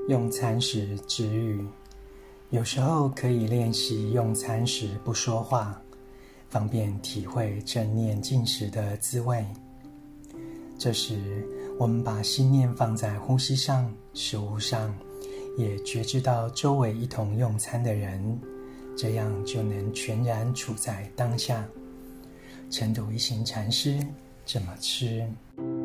用餐时止语，有时候可以练习用餐时不说话，方便体会正念进食的滋味。这时，我们把心念放在呼吸上、食物上，也觉知到周围一同用餐的人，这样就能全然处在当下。晨读一行禅师这么吃。